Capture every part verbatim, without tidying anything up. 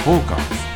フォーカス。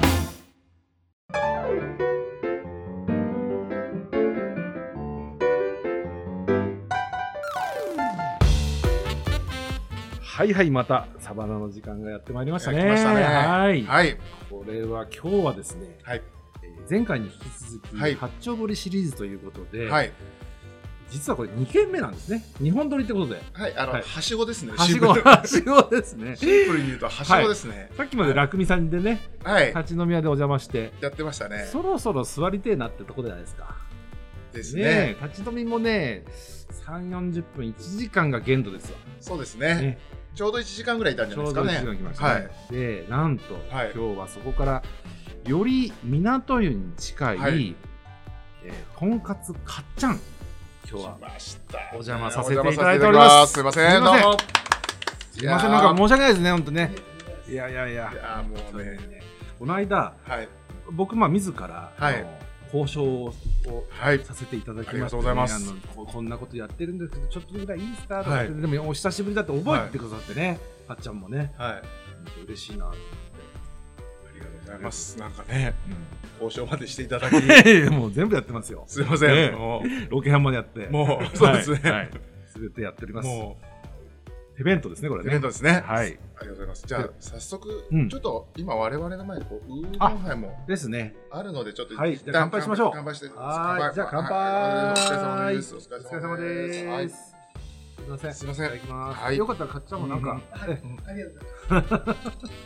はいはい、またサバナの時間がやってまいりましたね。 来ましたね。 はい、 はい、 これは今日はですね、 はい、 えー前回に引き続き、はい、八丁堀シリーズということで、はい、実はこれにけんめなんですね。にほん撮りってことで、 はい、あの、はい、はしごですね。 はしご、はしごですね。 シンプルに言うとはしごですね。 はい、さっきまで楽見さんでね、はい、立ち飲み屋でお邪魔してやってましたね。 そろそろ座りてえなってとこじゃないですか。 ですね。 ね、立ち飲みもね、さんじゅうよんじゅっぷん、いちじかんが限度ですわ。 そうですね。ね、ちょうどいちじかんぐらいいたんじゃないですかね。 ちょうどいちじかん来ましたね。はい、で、なんと、はい、今日はそこからより港湯に近い、はい、えー、とんかつかっちゃん、今日はお邪魔させていただいております。 すいません、どうも。 すいません、なんか申し訳ないですね、本当ね。いやいやいや、 いやもうね、 この間、はい、僕まあ自ら、はい、交渉をさせていただきました、ね。はい、ありがとうございます。あのこんなことやってるんですけど、ちょっとぐらいいいですかとかって、はい、でもお久しぶりだって覚えてくださってね、かっちゃんもね、はい、嬉しいなと思って。 ありがとうございます。なんかね、うん、交渉までしていただきもう全部やってますよ。 すいません、 ね、もうロケハンまでやってもうそうですね、 はいはい、全てやっております。もう手弁当ですね、これね。 手弁当ですね。 はい。 ありがとうございます。じゃあ早速、うん、ちょっと今我々の前にこうウーロンハイもですね。 あるのでちょっと、 はい、じゃあ乾杯しましょう。 乾杯して。 はい。じゃあ乾杯。 お疲れ様です。 お疲れ様です。はい。すみません。 すみません。 いただきます。はい。よかったら買っちゃうもなんか。 ありがとうございます。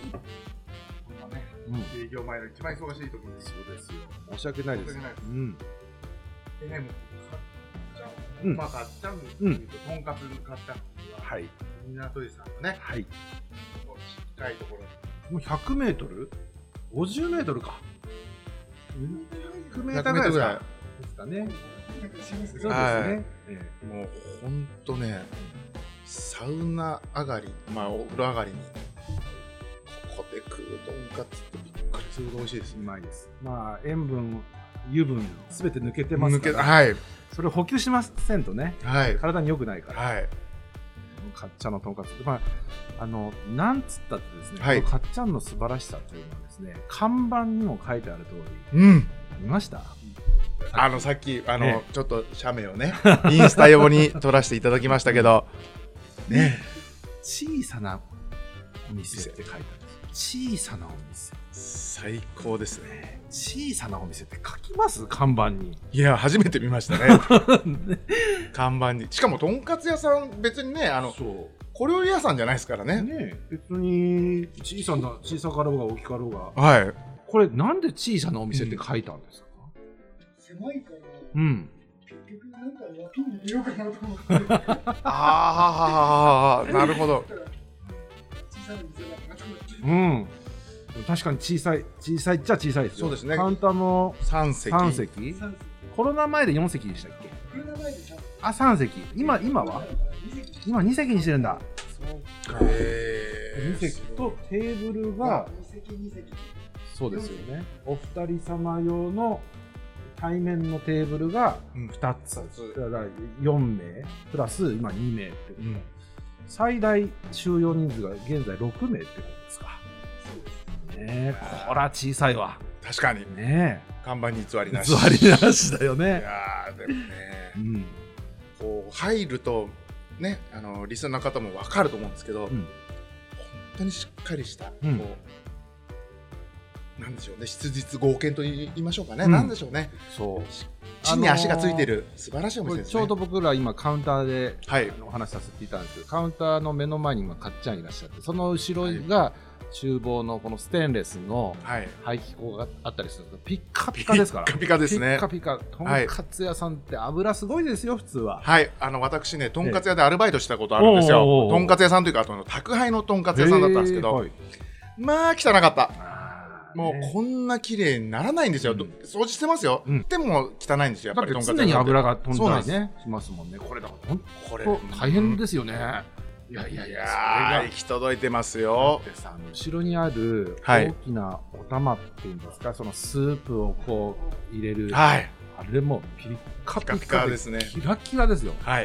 営業前の一番忙しい時に。 そうですよ。申し訳ないです。うん。 でね、もううん、まあ、かっちゃんっていうと、とんかつかっちゃんは、はい、港湯さんのね、はい、近いところに。 もうひゃくメートル ?ごじゅうメートルか。ひゃくメートルぐらいですかね。そうですね。 もうほんとね、サウナ上がり、まあお風呂上がりに、ここで食うとんかつってびっくりするほど美味しいです。 うまいです。まあ塩分、油分すべて抜けてますから、 はい、 それを補給しませんとね、はい、体に良くないから、はい、かっちゃんのとんかつって、まあ、あのなんつったってですね、はい、かっちゃんの素晴らしさというのはですね、看板にも書いてある通り、うん、見ました？ あのさっきあの、ね、ちょっと写メをねインスタ用に撮らせていただきましたけどね、 小さなお店って書いてあるんですよ。小さなお店、 最高ですね。 小さなお店って書きます？看板に。 いや初めて見ましたね看板に。しかもとんかつ屋さん、別にね、あの小料理屋さんじゃないですからね。 ね、別に小さな小さかろうが大きかろうが、 はい、 これなんで小さなお店って書いたんですか？ うん、狭いから、 うん、 結局なんか脇に入れようかなと思ってああなるほど。 小さな店だなと思って、 うん、確かに小さい小さいっちゃ小さいですよ。 そうですね。 カウンターもさん席。 さん席。コロナ前でよん席でしたっけ？ コロナ前でさん席。 あ、さん席。今今は？今に席にしてるんだ。 そうか。へに席とテーブルがに席に席。 そうですよね。お二人様用の対面のテーブルがふたつ。だからよんめいプラス今にめいってこと。うん、最大収容人数が現在ろくめいってことですか。ねえ、こら小さいわ。 確かにねえ、 看板に偽りなし。 偽りなしだよね。いやでもね、うん、こう入るとね、あのリスナーの方も分かると思うんですけど、うん、本当にしっかりした、うん、こうなんでしょうね、質実剛健と言いましょうかね、うん、なんでしょうね、そう地に足がついてる素晴らしいお店ですね。 ちょうど僕ら今カウンターで、はい、お話しさせていただいたんですけど、カウンターの目の前に今かっちゃんいらっしゃって、その後ろが、はい、厨房のこのステンレスの排気口があったりするとピッカピカですから。 ピッカピカですね。 ピッカピカ。とんかつ屋さんって油すごいですよ普通は。 はい、あの私ね、とんかつ屋でアルバイトしたことあるんですよ。とんかつ屋さんというか、あとの宅配のとんかつ屋さんだったんですけど、はい、まあ汚かった。もうこんな綺麗にならないんですよ。うん、掃除してますよ。うん、でも汚いんですよ。やっぱりとんかつ屋さん常に油が飛んだりねしますもんね。これだからこれ大変ですよね。いやいやいや、 行き届いてますよ。 だってさ、後ろにある大きなお玉っていうんですか、はい、そのスープをこう入れる、はい、あれもピッカピカでピカピカですね。 キラキラですよ。 はい。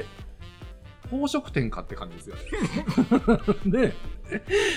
宝飾店かって感じですよね。で、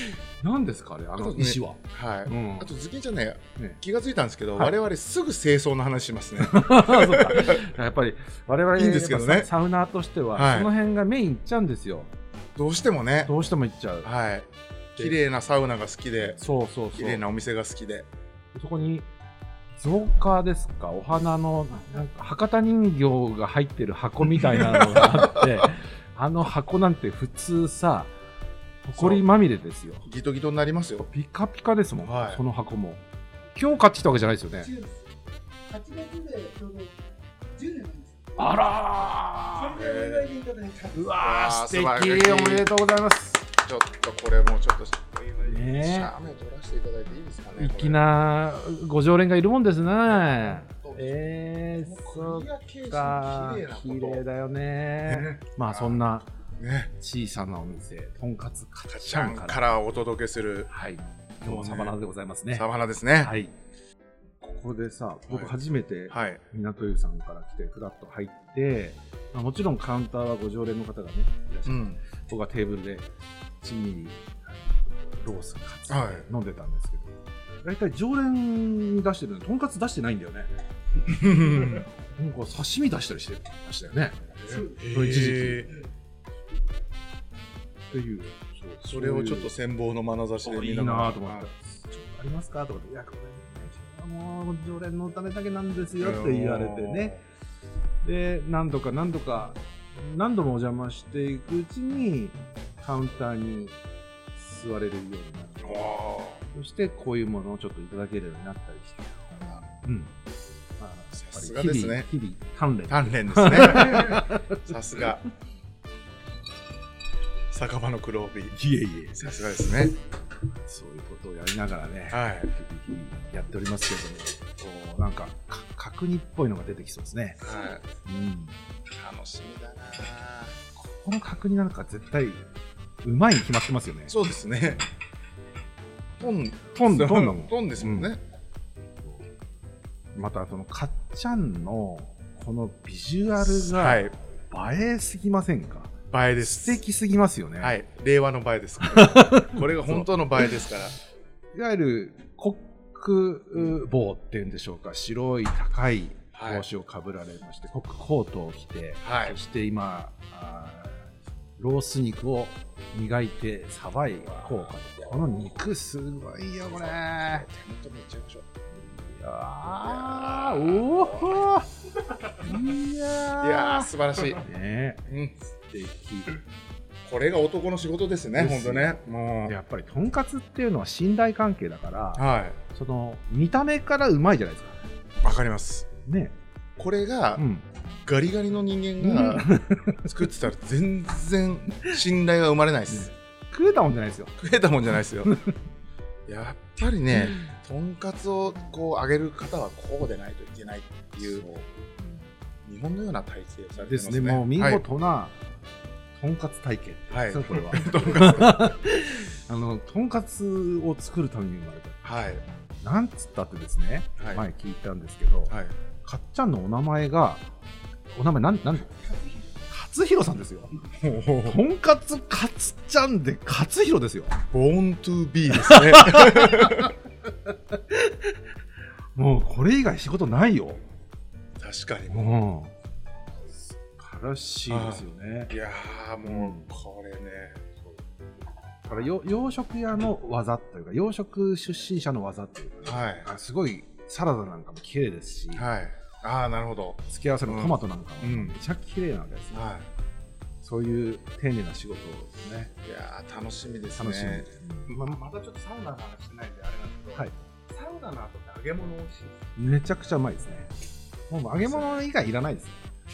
何ですかあれ、あの石は。 はい、うん、あとズキンちゃんね、 ね、 気がついたんですけど、はい、我々すぐ清掃の話しますね。 そうかやっぱり我々 いいんですけどね、 サウナーとしては、はい、その辺がメインいっちゃうんですよ。 どうしてもね、 どうしてもいっちゃう。 はい、綺麗なサウナが好きで、 そうそうそう、 綺麗なお店が好きで、 そこに造花ですか、お花のなんか博多人形が入ってる箱みたいなのがあってあの箱なんて普通さ埃まみれですよ。 ギトギトになりますよ。 ピカピカですもん、 はい、 その箱も。今日買ってきたわけじゃないですよね。 はちがつでちょうどじゅうねんなんです。 あらー、 それでお願いでいただいた。 うわー素敵、おめでとうございます。 ちょっとこれもちょっとね、 写メ撮らせていただいていいですかね。 粋なご常連がいるもんですね。えー、そっか、綺麗だよね。まあそんな小さなお店、とんかつかっちゃんからお届けする、 はい、今日もサバナでございますね。 サバナですね。 はい。ここでさ、僕初めて港湯さんから来てフラッと入って、まあ、もちろんカウンターはご常連の方がねいらっしゃって、うん、僕はテーブルでちんみりロースカツ飲んでたんですけど、大体常連に出してるのにとんかつ出してないんだよね。なんか刺身出したりしてましたよね。そう一時期っていう、 それをちょっと羨望の眼差しで見ながら、 いいなと思って、ありますかとかって、いやこれもう常連のためだけなんですよって言われてね。で何度か何度か何度もお邪魔していくうちにカウンターに座れるようになって、そしてこういうものをちょっといただけるようになったりして、うん、 まあ、さすがですね。 日々鍛錬鍛錬ですね。さすが酒場の黒帯。 いえいえ、 さすがですね。 そういうことをやりながらね、 はい、 日々やっておりますけども、なんか角煮っぽいのが出てきそうですね。 はい、うん、楽しみだな。 この角煮なんか絶対うまいに決まってますよね。 そうですね。トントントンだもん。 トンですもんね。 うん、またそのかっちゃんのこのビジュアルが映えすぎませんか。 はい、映えです。 素敵すぎますよね。 はい、令和の映えですから。これが本当の映えですから。 いわゆるコック帽っていうんでしょうか、白い高い帽子をかぶられまして、はい、コックコートを着て、はい、そして今ロース肉を磨いてさばいこうかと。この肉すごいよこれ。手元見ちゃいましょう。 いやー、おー、いやー、 いやー素晴らしいね。うん、素敵。 これが男の仕事ですね、本当ね。 もうやっぱりとんかつっていうのは信頼関係だから、 はい、 その見た目からうまいじゃないですか。 わかりますね。 これが、うん、ガリガリの人間が作ってたら全然信頼が生まれないです。 食えたもんじゃないですよ。 食えたもんじゃないですよ。やっぱりね、とんかつをこう揚げる方はこうでないといけないっていう日本のような体制をされてますね。ですね。 もう見事な、はい、とんかつ体系ですよ、これは。あのとんかつを作るために生まれた。はい。なんつったってですね、はい、前聞いたんですけど、はい、かっちゃんのお名前がお名前なんなん勝弘さんですよ。とんかつかつちゃんで勝弘ですよ。 ボーントゥービーですね。 もうこれ以外仕事ないよ。 確かにもう、うん、素晴らしいですよね。 いやーもうこれね、 だからよ洋食屋の技というか洋食出身者の技というか、ね、はい、すごいサラダなんかも綺麗ですし、 はい、ああなるほど。 付け合わせのトマトなんかもめちゃ綺麗なわけですよ、うん、はい、そういう丁寧な仕事ですね。 いやー楽しみですね。 楽しみです、 うん、ま, またちょっとサウナの話してないんであれなんですけど、はい、サウナの後って揚げ物美味しいです。 めちゃくちゃうまいですね。もう揚げ物以外いらないです。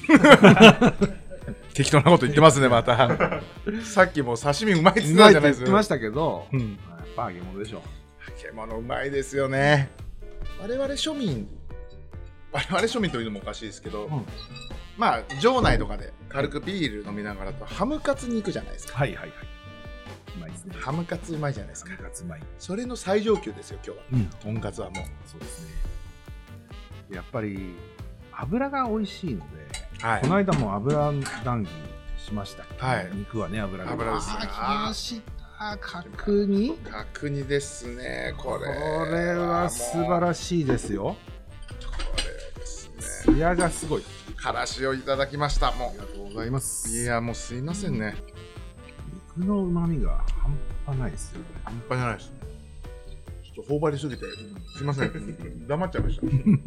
適当なこと言ってますねまた。さっきも刺身うまいって言ってたじゃないですか。言ってましたけど、うん、やっぱ揚げ物でしょ。 揚げ物うまいですよね。我々庶民我々庶民というのもおかしいですけど、うん、まあ場内とかで軽くビール飲みながらとハムカツに行くじゃないですか。 はいはいはい。うまいですね。 ハムカツうまいじゃないですか。 ハムカツうまい。 それの最上級ですよ今日は。うん、とんかつはもう。 そうですね。やっぱり油が美味しいので、はい、この間も油談義しましたけど、はい、肉はね油が。 油ですね。 ああ、来ました。 あ角煮角煮ですね。これこれは素晴らしいですよ。 これですね。艶がすごい。 からしをいただきました。もうありがとうございます。 いやもうすいませんね。 肉の旨味が半端ないですよね。 半端じゃないですね。ちょっと頬張りすぎてすいません。黙っちゃいました。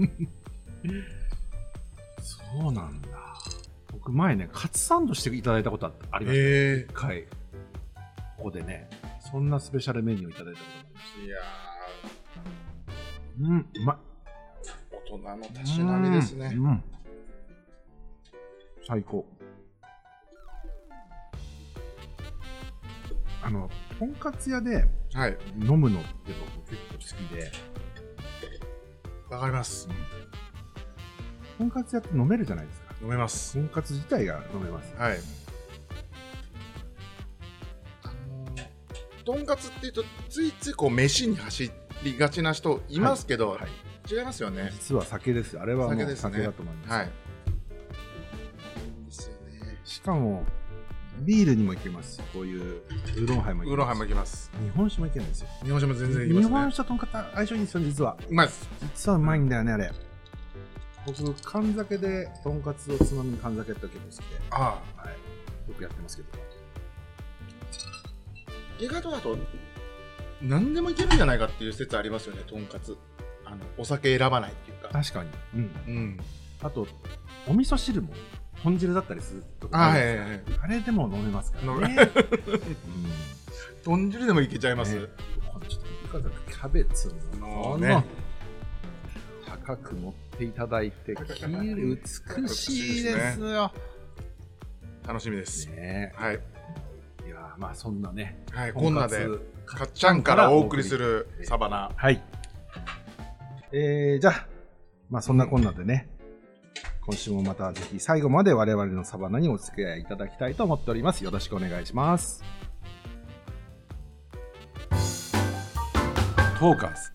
そうなんだ。僕前ねカツサンドしていただいたことありました、ね。一回ここでねそんなスペシャルメニューをいただいたことありました。 いやー、うん、うまい。 大人のたしなみですね。 うんうん、最高。あのとんかつ屋で飲むのって僕結構好きで。 わかります。 とんかつ屋って飲めるじゃないですか。 飲めます。 とんかつ自体が飲めます。 はい。とんかつっていうとついついこう飯に走りがちな人いますけど、はいはい、違いますよね。 実は酒です。あれはもう酒だと思います。 はい。 ですよね。しかもビールにもいけますし、こういうウーロンハイもいけます。 ウーロンハイもいけます。 日本酒もいけるんですよ。 日本酒も全然いけますね。 日本酒ととんかつ相性いいですよ、実は。 うまいです。 実はうまいんだよね、あれ。僕缶酒でとんかつをつまみに缶酒って結構好きで、 ああ、 はい、よくやってますけど。 意外とだと何でもいけるんじゃないかっていう説ありますよね。とんかつあのお酒選ばないっていうか。 確かに、うん、 うん、 あとお味噌汁も豚汁だったりするとか あ,、はいはいはい、あれでも飲めますからね。うん、 豚汁でもいけちゃいます、ね、 これちょっと見てください。キャベツのね高く持っていただいてきれい美しいですよ。 楽しみです、 ね、 はい。 いやまあそんなね、 はい、こんなでかっちゃんからお送りするサバナ、 はい、えー、じゃあまあそんなこんなでね、今週もまたぜひ最後まで我々のサバナにお付き合いいただきたいと思っております。よろしくお願いします。トーカーズ。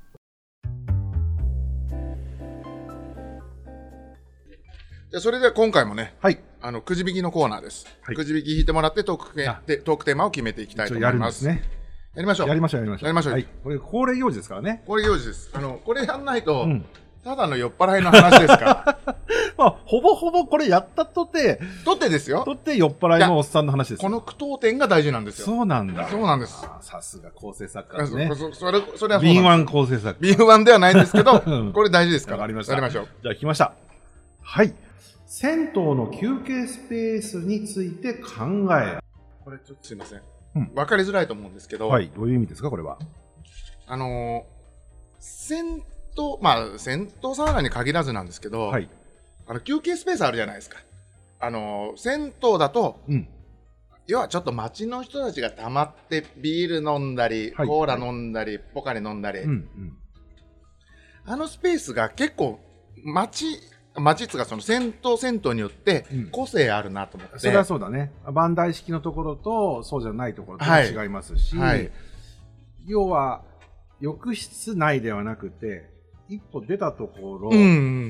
じゃあそれでは今回もね、 はい、 あのくじ引きのコーナーです、はい、くじ引き引いてもらってトークでトークテーマを決めていきたいと思います。 やるんですね。 やりましょう。 やりましょうやりましょうやりましょう。 はい、これ恒例行事ですからね。 恒例行事です。あのこれやんないと、うん、ただの酔っ払いの話ですから。 まあほぼほぼこれやったとてとってですよ。 とって酔っ払いのおっさんの話です。 この句読点が大事なんですよ。 そうなんだ。 そうなんです。 さすが構成作家ですね。 そ, それそれは敏腕構成作家。 敏腕ではないんですけど、これ大事ですから。 わかりました。 やりましょう。 じゃあ来ました。はい。銭湯の休憩スペースについて考える。 これちょっとすいません。うん、分かりづらいと思うんですけど。 はい。どういう意味ですかこれは。 あのー、銭湯まあ銭湯サウナに限らずなんですけど、はい、あの休憩スペースあるじゃないですか。あのー、銭湯だと、うん、要はちょっと街の人たちが溜まってビール飲んだり、はい、コーラ飲んだり、はい、ポカリ飲んだり、うんうん、あのスペースが結構街街っつうかその銭湯銭湯によって個性あるなと思って、うん、 それはそうだね。バンダイ式のところとそうじゃないところと違いますし、はいはい、要は浴室内ではなくて一歩出たところ、うんうん、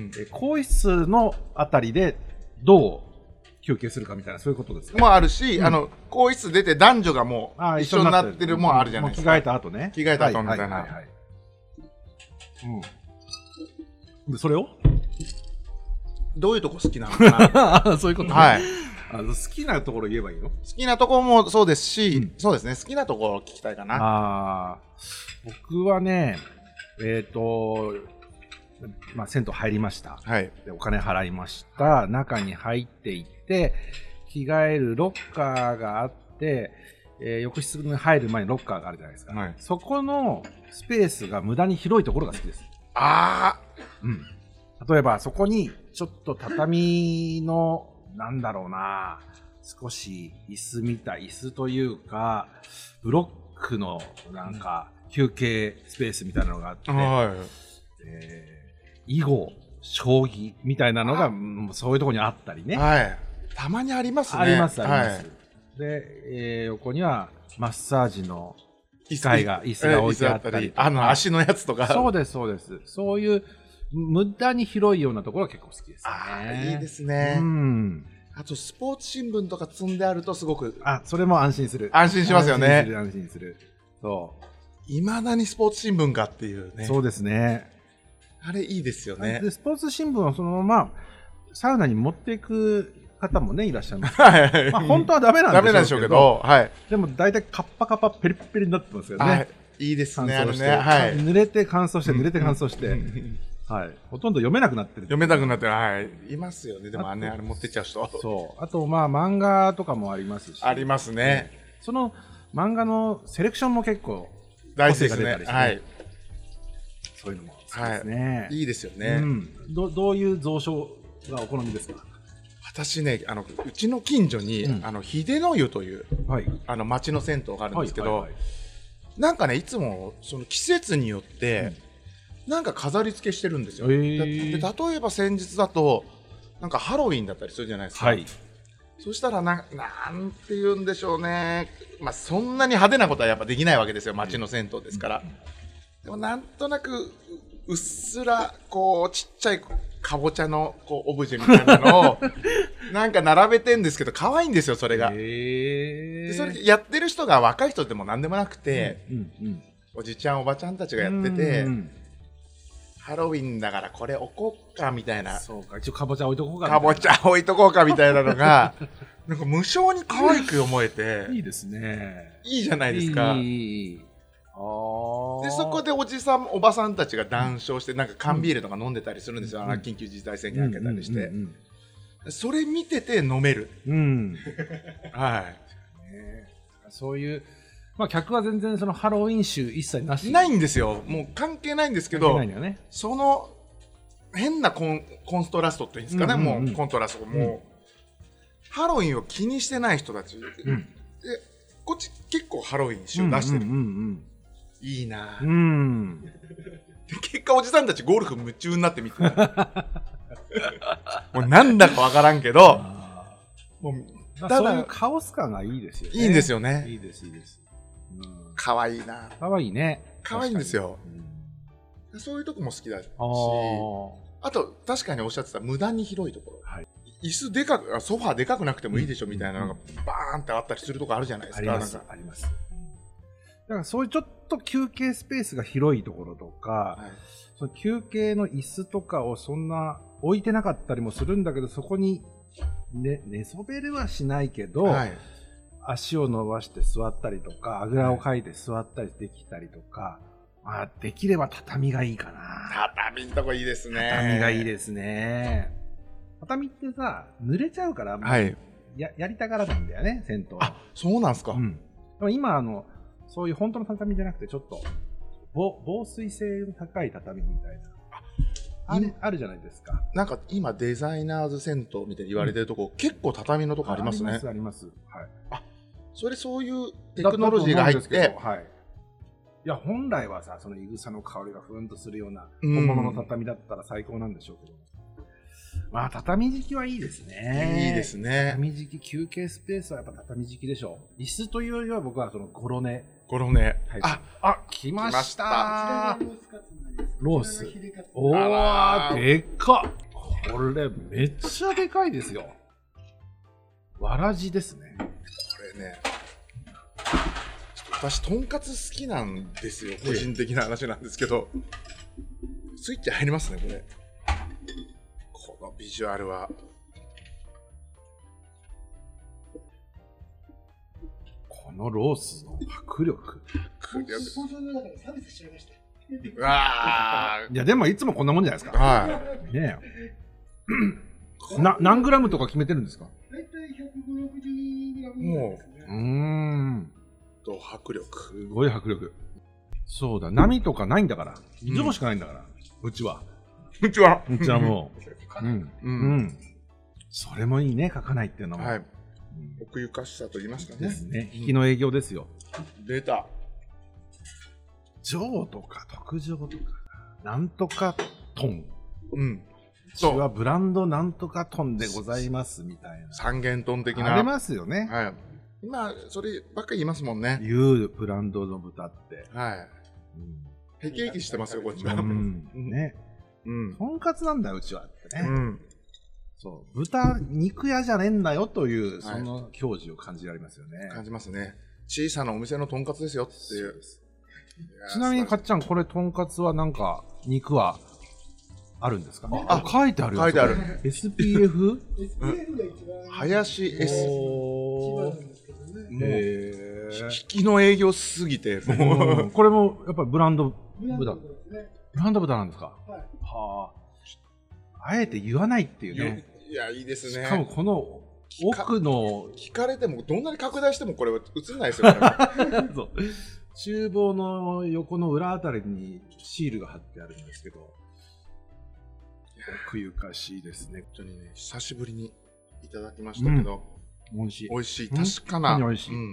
え更衣室のあたりでどう休憩するかみたいなそういうことですか。 もあるし、うん、あの更衣室出て男女がもう一緒になってるもあるじゃないですか。 もう着替えた後ね。 着替えた後みたいな。はいはいはいはい、 うん、でそれをどういうとこ好きなのかな。 そういうことね。 はい。 あの好きなところ言えばいいの？ 好きなところもそうですし、うん、そうですね。好きなところを聞きたいかな。 ああ、僕はね、えっ、ー、と、まあ銭湯入りました。はい。でお金払いました。中に入っていって着替えるロッカーがあって、えー、浴室に入る前にロッカーがあるじゃないですか。はい、そこのスペースが無駄に広いところが好きです。 ああ、 うん。例えばそこにちょっと畳のなんだろうな少し椅子みたい椅子というかブロックのなんか休憩スペースみたいなのがあって、はいえー、囲碁将棋みたいなのがそういうところにあったりね、 はい、たまにありますね。 ありますあります、はい、で、えー、横にはマッサージの機械が椅子が置いてあったりとか、 あの足のやつとかそうですそうですそういう無駄に広いようなところが結構好きですね。 あいいですね。うん。 あとスポーツ新聞とか積んであるとすごくあ、それも安心する。 安心しますよね。 安心する安心する。そう。 いまだにスポーツ新聞かっていうね。 そうですね。 あれいいですよね。 でスポーツ新聞をそのままサウナに持っていく方もねいらっしゃいます。 はい。 まあ本当はダメなんでしょうけど、 はい。 でも大体カッパカッパペリッペリになってますよね。 はい。いいですね。 乾燥して、 はい。 濡れて乾燥して濡れて乾燥して。はい、ほとんど読めなくなってる。 読めなくなってる、はい、いますよね。でもあれ、あれ持ってっちゃう人。 そう。あとまあ漫画とかもありますし。 ありますね。 その漫画のセレクションも結構大事ですね。はい。 そういうのも好きですね。 はい、いいですよね。 うん。どどういう蔵書がお好みですか？ 私ね、あのうちの近所に、うん、あの秀の湯という、はい、あの町の銭湯があるんですけど、はいはいはい、なんかねいつもその季節によって。うんなんか飾り付けしてるんですよ。で例えば先日だとなんかハロウィンだったりするじゃないですか。はい、そしたらな、なんて言うんでしょうね。まあそんなに派手なことはやっぱできないわけですよ。町の銭湯ですから。でもなんとなくうっすらこうちっちゃいかぼちゃのこうオブジェみたいなのをなんか並べてんですけど可愛いんですよそれが。でそれやってる人が若い人でもなんでもなくて、うんうんうん、おじちゃんおばちゃんたちがやってて。うんうんハロウィンだからこれ置こっかみたいな。 そうか、一応かぼちゃ置いとこうか。 かぼちゃ置いとこうかみたいなのが、なんか無性に可愛く思えて。 いいですね。 いいじゃないですか。いい。あで、そこでおじさん、おばさんたちが談笑して、なんか缶ビールとか飲んでたりするんですよ。うん、緊急事態宣言開けたりして。それ見てて飲める。うん。はい、 ね。そういう、まあ、客は全然そのハロウィン臭一切なしないんですよ。もう関係ないんですけど、ね、その変なコンコンストラストっていうんですかね、うんうんうん、もうコントラストも、うん、ハロウィンを気にしてない人たち、うん、でこっち結構ハロウィン臭出してる、うんうんうんうん、いいな、うん、で結果おじさんたちゴルフ夢中になって見てたもうなんだかわからんけどもうただそういうカオス感がいいですよね。 いいんですよね。 いいですいいですかわいいな。 かわいいね。 かわいいんですよ、うん。そういうとこも好きだし、あ, あと確かにおっしゃってた無駄に広いところ、はい、椅子でかくソファーでかくなくてもいいでしょみたいなのがバーンってあったりするとこあるじゃないですか。ありますあります。だからそういうちょっと休憩スペースが広いところとか、はい、その休憩の椅子とかをそんな置いてなかったりもするんだけど、そこに、ね、寝そべれはしないけど、はい、足を伸ばして座ったりとか、あぐらをかいて座ったりできたりとか、まあ、できれば畳がいいかな。 畳のとこいいですね。 畳がいいですね。畳ってさ、濡れちゃうから、はい、や, やりたがらないんだよね、銭湯は。 あ、そうなんですか。うん、 でも今あの、そういう本当の畳じゃなくて、ちょっと防防水性の高い畳みたいな。ある, あるじゃないですか。 なんか今デザイナーズ銭湯みたいに言われてるとこ、うん、結構畳のとこありますね。 ありますあります。はい。 あ、それそういうテクノロジーが入って、 はい。いや本来はさ、そのいぐさの香りがふーんとするような本物の畳だったら最高なんでしょうけど、うん、まあ畳敷きはいいですね。 いいですね。 畳敷き休憩スペースはやっぱ畳敷きでしょう。椅子というよりは僕はそのゴロネ。 ゴロネ。 あ、あ、来ました。ロース。おー、でっか。これめっちゃでかいですよ。わらじですね。 これね、私とんかつ好きなんですよ。個人的な話なんですけど、スイッチ入りますねこれ。このビジュアルは。 このロースの迫力。 迫力。 放送の中でサービスしちゃいました。 うわいやでもいつもこんなもんじゃないですか。 はい。 ねえ。な何グラムとか決めてるんですか。 だいたいひゃくごじゅう、ろくじゅうグラムぐらいですね。 うーん。 と迫力。 すごい迫力。そうだ。波とかないんだから。いつもしかないんだから。うん、うちは。 うちは。 うちはもう。うん。うん。それもいいね。書かないっていうのも。 はい。奥ゆかしさと言いますかね。 ですね。引きの営業ですよ。 出た。 上とか特上とかなんとかトン。 うん。 うちはブランドなんとかトンでございますみたいな。 三元トン的な。 ありますよね。 はい。今そればっかり言いますもんね。 言うブランドの豚って。 はい。へきへきしてますよこっちは。 うん。ね。うん。とんかつなんだようちはってね。うん。 そう、豚肉屋じゃねえんだよという、その矜持を感じられますよね。 感じますね。小さなお店のとんかつですよっていう。 ちなみにかっちゃん、これとんかつはなんか肉はあるんですか？あ、書いてあるよ。 書いてある。 エスピーエフ？ エスピーエフ が一番林 S。 一番なんですけどね。 へー。引きの営業すぎて、 もうこれもやっぱりブランド豚。 ブランドですね。 ブランド豚なんですか？ はい。 はあ。あえて言わないっていうね。 いや、いいですね。 しかもこの奥の聞かれてもどんなに拡大してもこれは映んないですよね。 そう厨房の横の裏あたりにシールが貼ってあるんですけど、奥ゆかしいですね。 本当にね、久しぶりにいただきましたけど、 うん、美味しい。 美味しい。確かな。 美味しい。うん、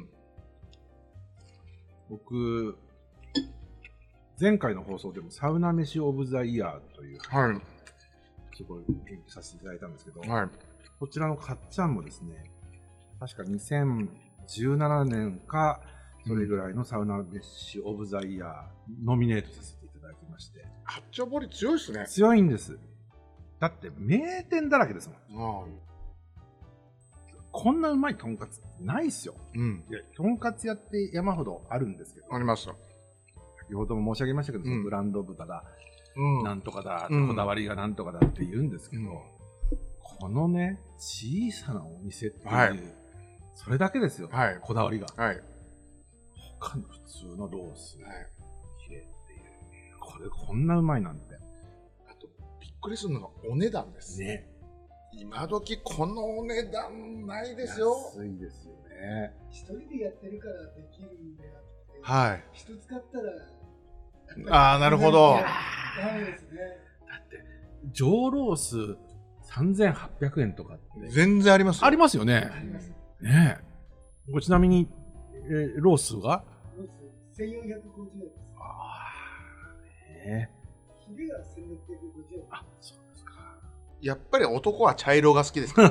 僕前回の放送でもサウナ飯オブザイヤーという、 はい、 そこを研究させていただいたんですけど、 はい、 こちらのかっちゃんもですね、確かにせんじゅうななねんかそれぐらいのサウナ飯オブザイヤーノミネートさせていただきまして、 かっちゃん堀強いですね。 強いんです。だって名店だらけですもん。ああ、こんなうまいとんかつないっすよ。うん。いや、とんかつ屋って山ほどあるんですけど。 ありますよ。 先ほども申し上げましたけど、うん、ブランド豚だ、うん、なんとかだ、 うん、 こだわりがなんとかだって言うんですけど、うん、このね、小さなお店っていう、はい、それだけですよ、はい、こだわりが。はい、他の普通のロース、はい、ヒレっていう、これこんなうまいなんて。 あと、びっくりするのがお値段ですね。今時このお値段ないですよ。 安いですよね。 一人でやってるからできるんであって、 はい。 人使ったら、 ああ、なるほど。 ダメですね。 だって、上ロースさんぜんはっぴゃくえんとかって。 全然ありますよ。 ありますよね。ねえ。これちなみに、えー、ロースがロースせんよんひゃくごじゅうえんです。 ああ、ねえ。ヒレがせんろっぴゃくごじゅうえん。あ、そうですか。 やっぱり男は茶色が好きですから。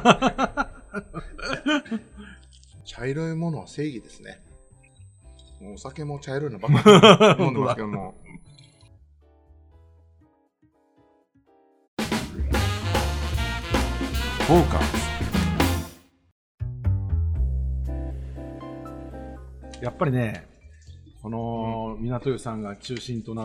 茶色いものは正義ですね。お酒も茶色いのばっかり飲んでますけども。 フォーカス。やっぱりね、この港湯さんが中心となって、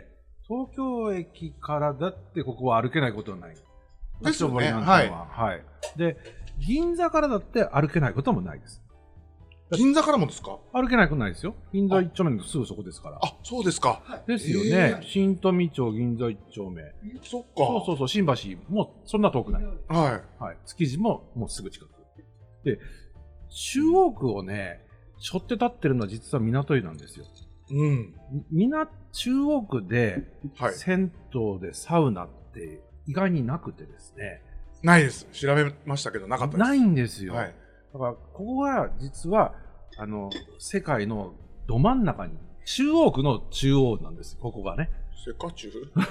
東京駅からだってここは歩けないことはない。 ですよね。 はい。はい。で、銀座からだって歩けないこともないです。 銀座からもですか？ 歩けないことないですよ。銀座一丁目のすぐそこですから。 あ、そうですか。 ですよね。新富町銀座一丁目。 そっか。 そうそうそう、新橋もそんな遠くない。はい。はい。築地ももうすぐ近く。で、中央区をね、背負って立ってるのは実は港湯なんですよ。うん。みな、中央区で、銭湯でサウナって意外になくてですね。 ないです。調べましたけど、なかったです。 ないんですよ。 はい。 だから、ここが実は、あの、世界のど真ん中に、中央区の中央なんです、ここがね。 世界中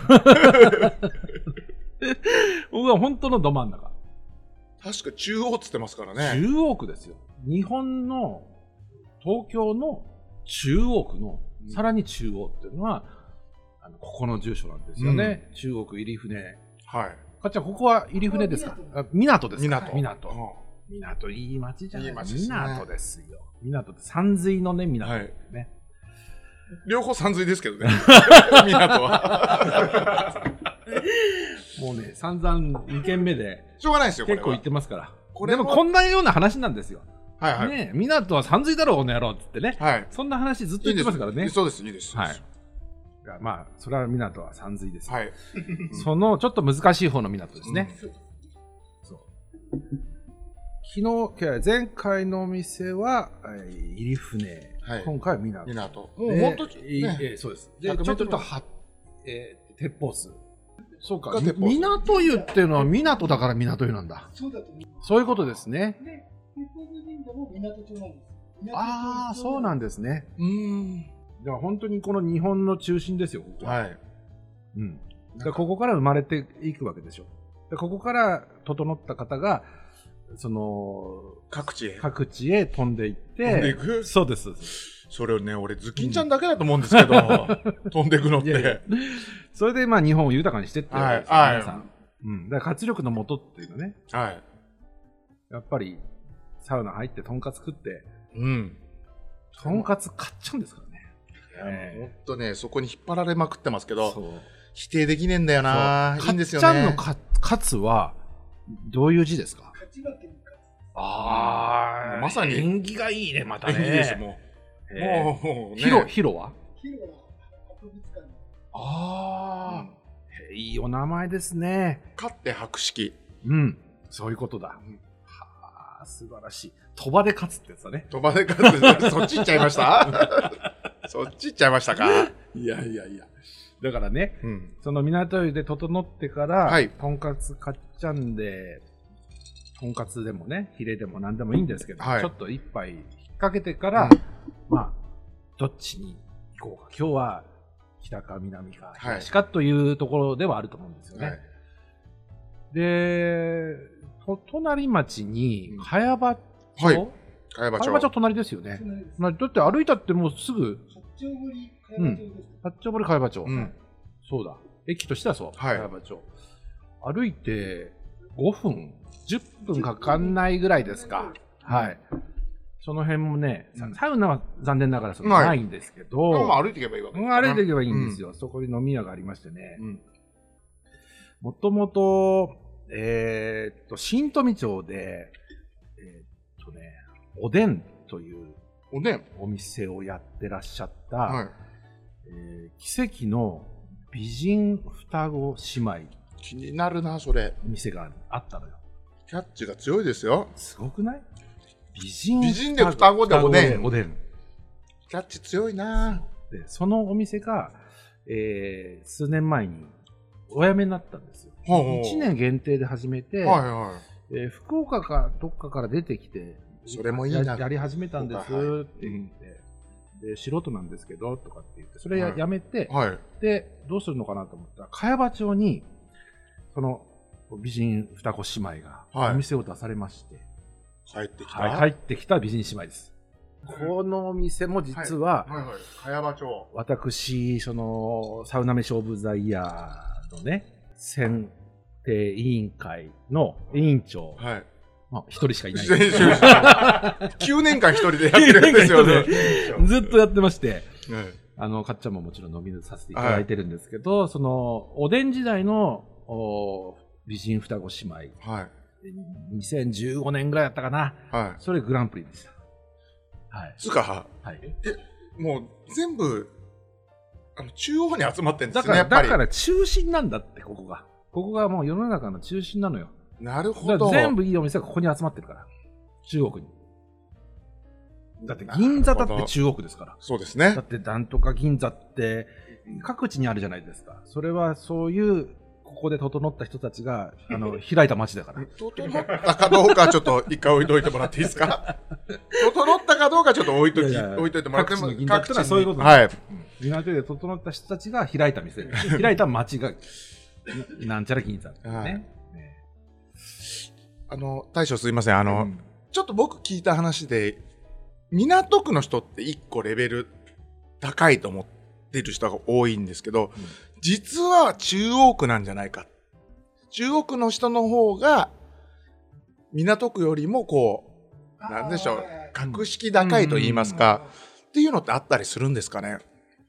ここが本当のど真ん中。 確か中央っつってますからね。 中央区ですよ。日本の、東京の中央区の、うん、さらに中央っていうのは、あのここの住所なんですよね。うん、中央区入船。 はい。 かっちゃん、ここは入船ですか？あ、港ですか？ 港。 港。港、いい町じゃないですか。港ですよ。港って山水のね、港ですね。 両方山水ですけどね。港は。 もうね、散々にけんめで。 しょうがないですよ、 結構言ってますから。でもこんなような話なんですよ。 はいはい。 ね、港は山水だろう、この野郎ってってね。はい。そんな話ずっと言ってますからね。 そうです、いいです。 はい。まあ、それは港は山水です。はい。そのちょっと難しい方の港ですね。そう。昨日、前回のお店は入船、はい、今回は港。 港。 もう本当に、ねえー、そうです。で、ちょっとは、えー、鉄砲数。そうか。港湯っていうのは港だから港湯なんだ。 そうだと思う。 そういうことですね。 で、鉄砲数神社も港町なんです。 ああ、そうなんですね。うん。だから本当にこの日本の中心ですよ、ここは。はい。うん。でここから生まれていくわけでしょ。でここから整った方が、その各地へ各地へ飛んでいって飛んでいく。 そうです。 それをね、俺ズキンちゃんだけだと思うんですけど、うん、飛んでいくのって。いやいや、 それでまあ日本を豊かにしてって、 はい、皆さん。 うん、だから活力の元っていうのね、 はい、 やっぱりサウナ入ってとんかつ食って、 うん、 とんかつ買っちゃうんですからね。 えー、ほんとね、そこに引っ張られまくってますけど、否定できねえんだよな。いいんですよね。 かっちゃんのかカツはどういう字ですか？ 勝ち負けの勝つ。 ああ、まさに縁起がいいね、またね。 縁起ですもう。もう、もうね。 ヒロ、ヒロは？ ヒロは博物館。 ああ、うん、いいお名前ですね。 勝って博識。 うん、そういうことだ。うん、はあ、素晴らしい。鳥羽で勝つってやつだね。 鳥羽で勝つ。そっち行っちゃいましたそっち行っちゃいましたか。 いやいやいや。だからね、うん、その港湯で整ってから、はい、とんかつ買っちゃんで、とんかつでもね、ヒレでも何でもいいんですけど、はい、ちょっと一杯引っ掛けてから、うん、まあ、どっちに行こうか。今日は北か南か東かというところではあると思うんですよね。はい、で、と隣町に茅場町、はい、 茅場町。 茅場町隣ですよね。だって歩いたってもうすぐ。 八丁堀茅場町です。 八丁堀茅場町、うん。そうだ。駅としてはそう。茅場町。歩いてごふん、じゅっぷんかかんないぐらいですか。はい。その辺もね、うん、サウナは残念ながらそのないんですけど、 はい、歩いていけばいいわけですね。歩いていけばいいんですよ。うん、そこに飲み屋がありましてね。もともと、えー、っと、新富町で、えー、っとね、おでんというおでんお店をやってらっしゃった、はい、えー、奇跡の美人双子姉妹。 気になるな、それ。 店があったのよ。 キャッチが強いですよ。 すごくない？美人美人で双子でおでん。 おでん。 キャッチ強いな。 で、そのお店が、えー、数年前にお辞めになったんですよ。ほうほういちねん限定で始めて、はいはいえー、福岡かどっかから出てきて、 それもいいな。 や、やり始めたんですって言って、で素人なんですけどとかって言って、それや、はい、やめて、はい、でどうするのかなと思ったら、茅場町にその美人双子姉妹がお店を出されまして、 はい、帰ってきた、 はい、帰ってきた美人姉妹です。このお店も実は、 はいはいはい、茅場町、 私そのサウナ飯オブザイヤーのね選定委員会の委員長、はい、まあ、一人しかいない。 きゅうねんかん一人でやってるんですよね。 ずっとやってまして、はい、あのかっちゃんももちろん飲みさせていただいてるんですけど、はい、そのおでん時代の美人双子姉妹、はい、にせんじゅうごねんぐらいだったかな、はい、それグランプリでした。 はい、つか、はい、えもう全部あの中央に集まってるんですね。 だからだから中心なんだって、ここがここがもう世の中の中心なのよ。 なるほど。 全部いいお店がここに集まってるから、中国に。だって銀座だって中国ですから。 そうですね。 だってなんとか銀座って各地にあるじゃないですか。それはそういうここで整った人たちがあの開いた街だから。 整ったかどうかちょっと一回置いといてもらっていいですか。整ったかどうかちょっと置いときいやいや置いといてもらっても。 各地の銀座ってのはそういうことなんです。はい。 港で整った人たちが開いた店、開いた街がなんちゃら銀座ですね。はいあの大将すいません、あの、うん、ちょっと僕聞いた話で港区の人って一個レベル高いと思ってる人が多いんですけど、うん、実は中央区なんじゃないか、中央区の人の方が港区よりもこうなんでしょう格式高いと言いますか、うん、っていうのってあったりするんですかね。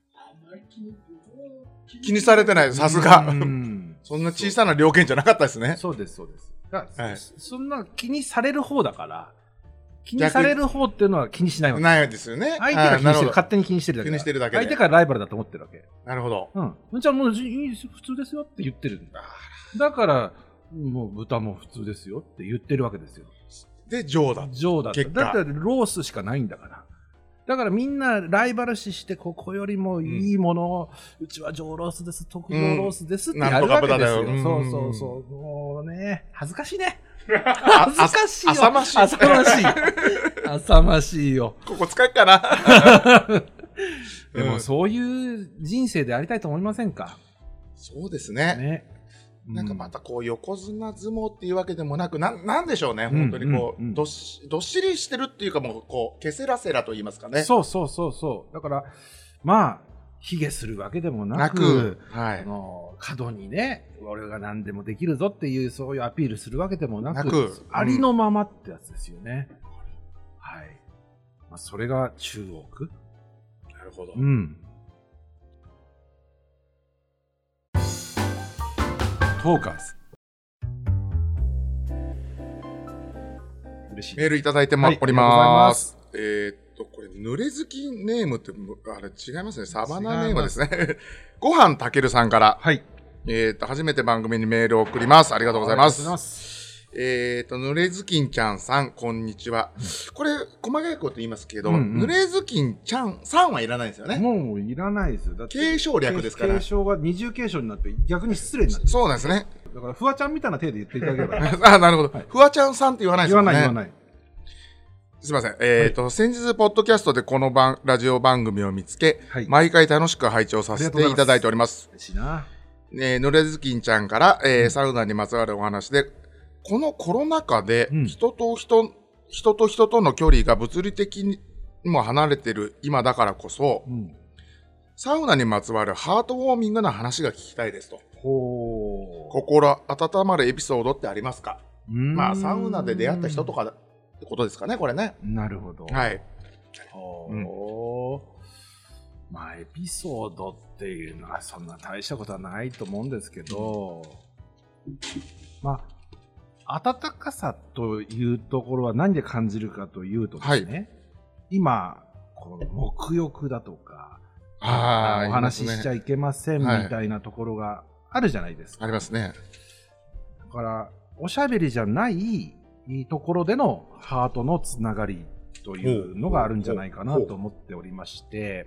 気にされてない、さすがそんな小さな料金じゃなかったですね。 そうですそうです。はい、そんな気にされる方だから、気にされる方っていうのは気にしないわけないですよね。 相手が気にしてる、勝手に気にしてるだけ。 気にしてるだけで。 相手がライバルだと思ってるわけ。 なるほど。 うん。じゃあもういいです、普通ですよって言ってるんだ。だからもう豚も普通ですよって言ってるわけですよ。 で上だ。 上だ。だってロースしかないんだから。だからみんなライバル視してここよりもいいものを、うん、うちは上ロースです、特上ロースですってやるわけですよ。うん、そうそうそう。もうね、恥ずかしいね。恥ずかしいよ。 浅ましい。 浅ましい。浅ましいよ。 ここ使うかな。 でもそういう人生でありたいと思いませんか。 そうですね。ね。なんかまたこう横綱相撲っていうわけでもなく、な、なんでしょうね、本当にこう、うんうんうん、どっし、どっしりしてるっていうかもう、こう、ケセラセラと言いますかね。 そうそうそうそう。だから、まあ、 卑下するわけでもなく、 なく、はい、 あの過度にね俺が何でもできるぞっていうそういうアピールするわけでもなく、 なくありのままってやつですよね、うん、はい、まあ、それが中国。 なるほど、 うん、トーカーズ嬉しいメールいただいても、はい、おります。えー、っとこれ濡れ好きネームってあれ違いますね。サバナネームですね。ごはんたけるさんから、はい、えー、っと初めて番組にメールを送ります。ありがとうございます。ますえー、っと濡れずきんちゃんさんこんにちは。これ細かいこと言いますけど、うんうん、濡れずきんちゃんさんはいらないですよね。 もういらないですよ。だって継承略ですから。 継承が二重継承になって逆に失礼になって。 そうなんですね。 だからフワちゃんみたいな体で言っていただければ。 あ、なるほど。はい、フワちゃんさんって言わないですよね。 言わない言わない。 すいません。えっ、ー、と、はい、先日、ポッドキャストでこの番ラジオ番組を見つけ、はい、毎回楽しく拝聴させていただいております。 嬉しいな。 えー、ぬれずきんちゃんから、えーうん、サウナにまつわるお話で、このコロナ禍で人と人、うん、人と人との距離が物理的にも離れている今だからこそ、うん、サウナにまつわるハートウォーミングな話が聞きたいですと。ほー。心温まるエピソードってありますか？まあ、サウナで出会った人とかってことですかね、これね。 なるほど。 はい。 おー、うん、まあエピソードっていうのはそんな大したことはないと思うんですけど、うん、まあ温かさというところは何で感じるかというとですね、はい、今この沐浴だとかあお話ししちゃいけませんみたいなところがあるじゃないですか。 ありますね。 だからおしゃべりじゃないところでのハートのつながりというのがあるんじゃないかなと思っておりまして、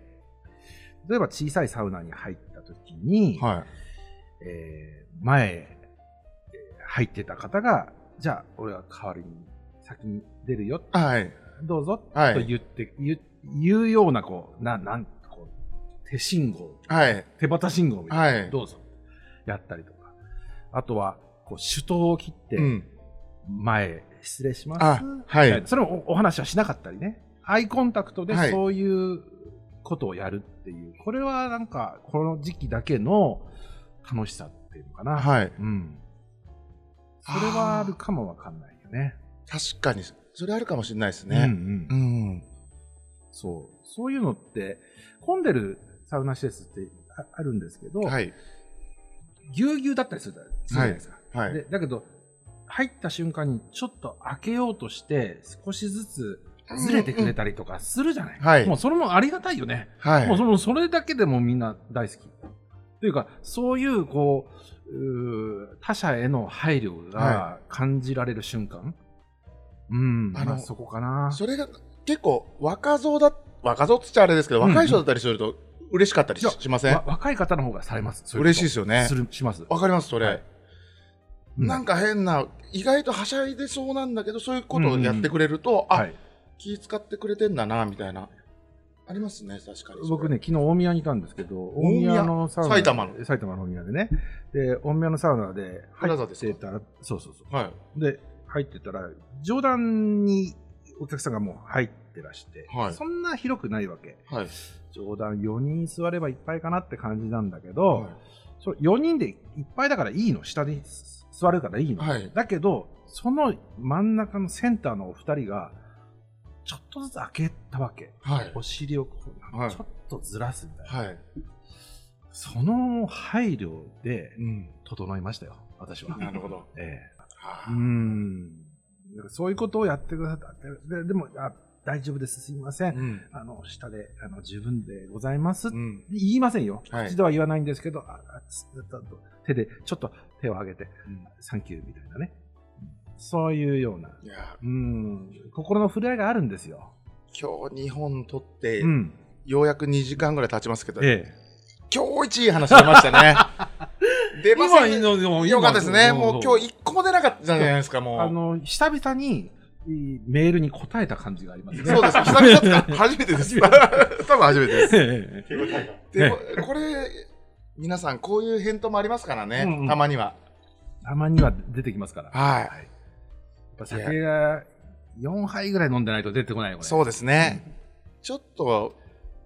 例えば小さいサウナに入った時に、はい、えー、前入ってた方がじゃあ俺は代わりに先に出るよ、はい、どうぞ、はい、と言って言言うようなこうななんこう手信号、はい、手旗信号みたいな、はい、どうぞやったりとか、あとはこう手刀を切って、うん前失礼します、はい、それも お, お話はしなかったりね、アイコンタクトでそういうことをやるっていう、はい、これはなんかこの時期だけの楽しさっていうのかな、はい、うん、それはあるかもわかんないよね。 確かにそれあるかもしれないですね、うんうんうん、 そうそういうのって混んでるサウナ施設ってあるんですけど、はい、ぎゅうぎゅうだったりするじゃないですか、はいはい、でだけど入った瞬間にちょっと開けようとして少しずつずれてくれたりとかするじゃない、うんうんはい、もうそれもありがたいよね、はい、もう そ, のそれだけでもみんな大好きというか、そういうこう、う他者への配慮が感じられる瞬間、はい、うんあの、まあ、そこかな。それが結構若造だ若造って言っちゃあれですけど、若い人だったりすると嬉しかったり し, しません？ 若い方の方がされます。 そういう嬉しいですよね。 するします。 わかりますそれ、はい、なんか変な意外とはしゃいでそうなんだけどそういうことをやってくれると、うんうん、あ、はい、気使ってくれてんだなみたいなありますね。確かに僕ね昨日大宮にいたんですけど、大宮のサウナ埼玉の埼玉の大宮でね、で大宮のサウナで入ってたらそうそうそう、はい、で入ってたら上段にお客さんがもう入ってらして、はい、そんな広くないわけ、はい、上段よにん座ればいっぱいかなって感じなんだけど、はい、そよにんでいっぱいだからいいの、下に座るからいいの、はい、だけどその真ん中のセンターのお二人がちょっとずつ開けたわけ、はい、お尻をこう、はい、ちょっとずらすみたいな、はい、その配慮で整いましたよ、うん、私は。 なるほど、 ええ、うーんそういうことをやってくださった。で、でもあ大丈夫です、すいません、うん、あの下であの十分でございます、うん、言いませんよ、はい、口では言わないんですけど、ああ手でちょっと手を挙げて、うん、サンキューみたいなね、そういうような、いやうん心の触れ合いがあるんですよ。 今日にほん撮って、うん、ようやくにじかんぐらい経ちますけど、ええ、今日一いい話出ましたね。出ません、よかったですね。もう今日一個も出なかったじゃないですか。もうあの久々にメールに答えた感じがありますね。 そうです。久々ですか？初めてです。多分初めてです。でもこれ皆さんこういう返答もありますからね、うんうん、たまには。 たまには出てきますから。 はい。やっぱ酒がよんはいぐらい飲んでないと出てこないよね。 そうですね。うん、ちょっと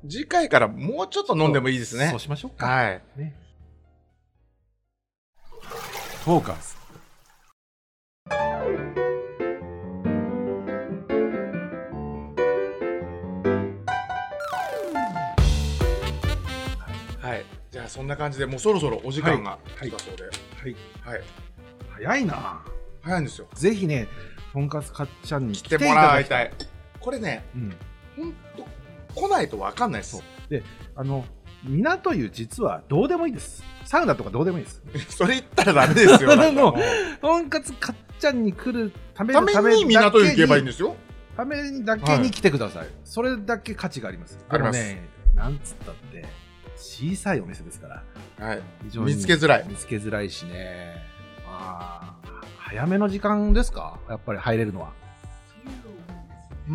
次回からもうちょっと飲んでもいいですね。 そうしましょうか。 はい。 ね、トーカーズ。 はい。じゃあそんな感じでもうそろそろお時間が来たそうで。はい。はい。 早いな。 早いんですよ。 ぜひね、とんかつかっちゃんに来てもらいたい。これね、 うん、 ほんと来ないと分かんないです。 で、あの港湯実はどうでもいいです。サウナとかどうでもいいです。 それ言ったらダメですよ。 もうとんかつかっちゃんに来るためのために港湯行けばいいんですよ。 ためにだけに来てください。はい、それだけ価値があります。 あります。 でもね、なんつったって小さいお店ですから。 はい。見つけづらい。 見つけづらいしね。まあ早めの時間ですか。やっぱり入れるのは。うん、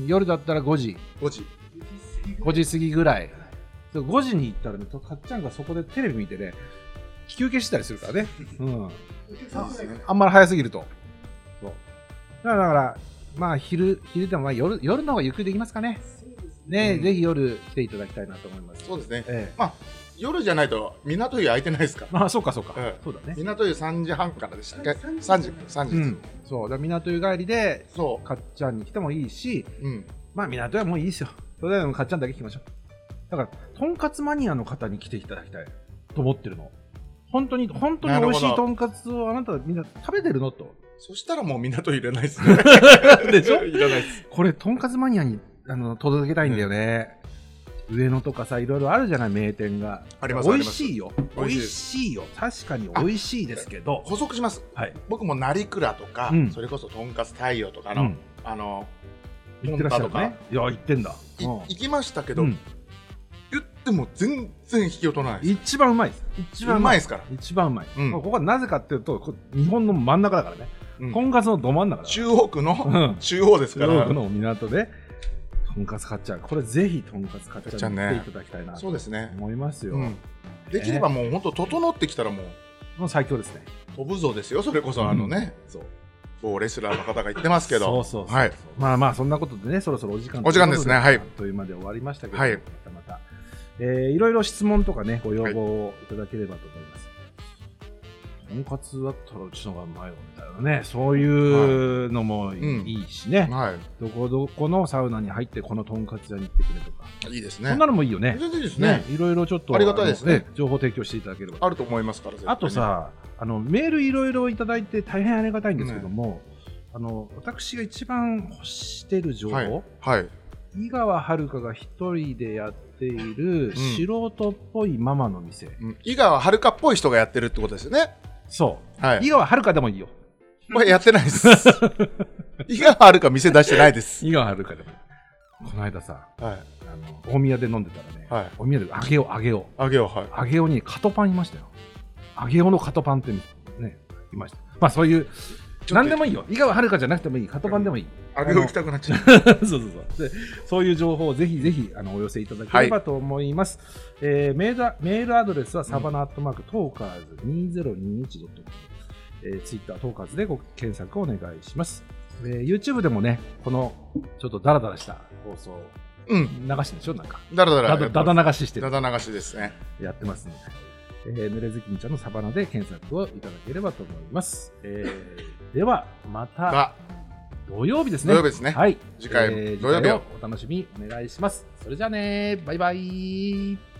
夜だったらごじ。 ごじ。 ごじ過ぎぐらい。ごじに行ったらね、かっちゃんがそこでテレビ見てね、休憩したりするからね。うん。あ, あんまり早すぎると。そう。だから、だからまあ昼、昼でもまあ夜、夜の方がゆっくりできますかね。ね、うん、ぜひ夜来ていただきたいなと思います。 そうですね。ええ、まあ夜じゃないと港湯空いてないですか。 まあそうかそうか。 ええ、 そうだね。 港湯さんじはんからでしたっけ？さんじ、さんじ。うん、 そうだ、港湯帰りで、 そう、 かっちゃんに来てもいいし、 うん、 まあ港湯はもういいですよ。それでもかっちゃんだけ聞きましょう。だからとんかつマニアの方に来ていただきたいと思ってるの。本当に本当に美味しいとんかつをあなたみんな食べてるのと。 そしたらもう港湯いらないですね。 でしょ？ いらないです。 これとんかつマニアにあの届けたいんだよね。うん、上野とかさ、いろいろあるじゃない、名店が。 あります。 美味しいよ。美味しいよ。確かに美味しいですけど。 補足します。 はい。 僕も成倉とか、うん、それこそとんかつ太陽とかの、うん、あの行ってらっしゃるね。いや行ってんだ。 行きましたけど、うん、言っても全然引きを取らないです。 一番うまいです。 一番うまいですから。 一番うまい。うん、ここはなぜかっていうと、日本の真ん中だからね。うん、とんかつのど真ん中だから。 中央区の中央ですから。 中央区の港で。とんかつかっちゃん、これぜひとんかつかっちゃんに来ていただきたいなと思いますよ。 できればもう本当整ってきたらもうもう最強ですね。 飛ぶぞですよ。それこそあのね、そう某レスラーの方が言ってますけど、 そうそうそう、はい、まあまあそんなことでね、そろそろお時間お時間ですね。はい。 というまで終わりましたけど、 はい、 またまた、えー、いろいろ質問とかね、ご要望をいただければと思います。とんかつだったらうちのがうまいよみたいなね、そういうのもいいしね、はい、うん、はい、どこどこのサウナに入ってこのとんかつ屋に行ってくれとか、 いいですね。 そんなのもいいよね。 全然いいですね。 いろいろちょっとありがたいですね。 情報提供していただければあると思いますから。 あとさ、あのメールいろいろいただいて大変ありがたいんですけども、ね、あの私が一番欲してる情報、はいはい、井川遥が一人でやっている素人っぽいママの店、 うん、井川遥っぽい人がやってるってことですよね。 そう、はい、井川遥でもいいよ。 これやってないです井川遥店出してないです。 井川遥でもこの間さ、はい、あの大宮で飲んでたらね、はい、大宮で揚げよ揚げよ揚げよ、はい、 揚げよにカトパンいましたよ。揚げよのカトパンってねいました。まあそういう何でもいいよ。井川遥じゃなくてもいい。カトパンでもいい。 揚げよ行きたくなっちゃう。 そうそうそう。で、そういう情報をぜひぜひあのお寄せいただければと思います。はい、えー、メールメールアドレスはサバナアットマークトーカーズにせんにじゅういちドットコム、えー、ツイッタートーカーズでご検索をお願いします。えー、YouTube でもねこのちょっとダラダラした放送、うん、流してるでしょ、なんかダラダラダダ流ししてる。 ダダ流しですね。 やってますね。えー、ぬれずきんちゃんのサバナで検索をいただければと思います。えー、ではまた土曜日ですね。 土曜日ですね。 はい。 次回、えー、土曜日をお楽しみお願いします。それじゃあね、バイバイ。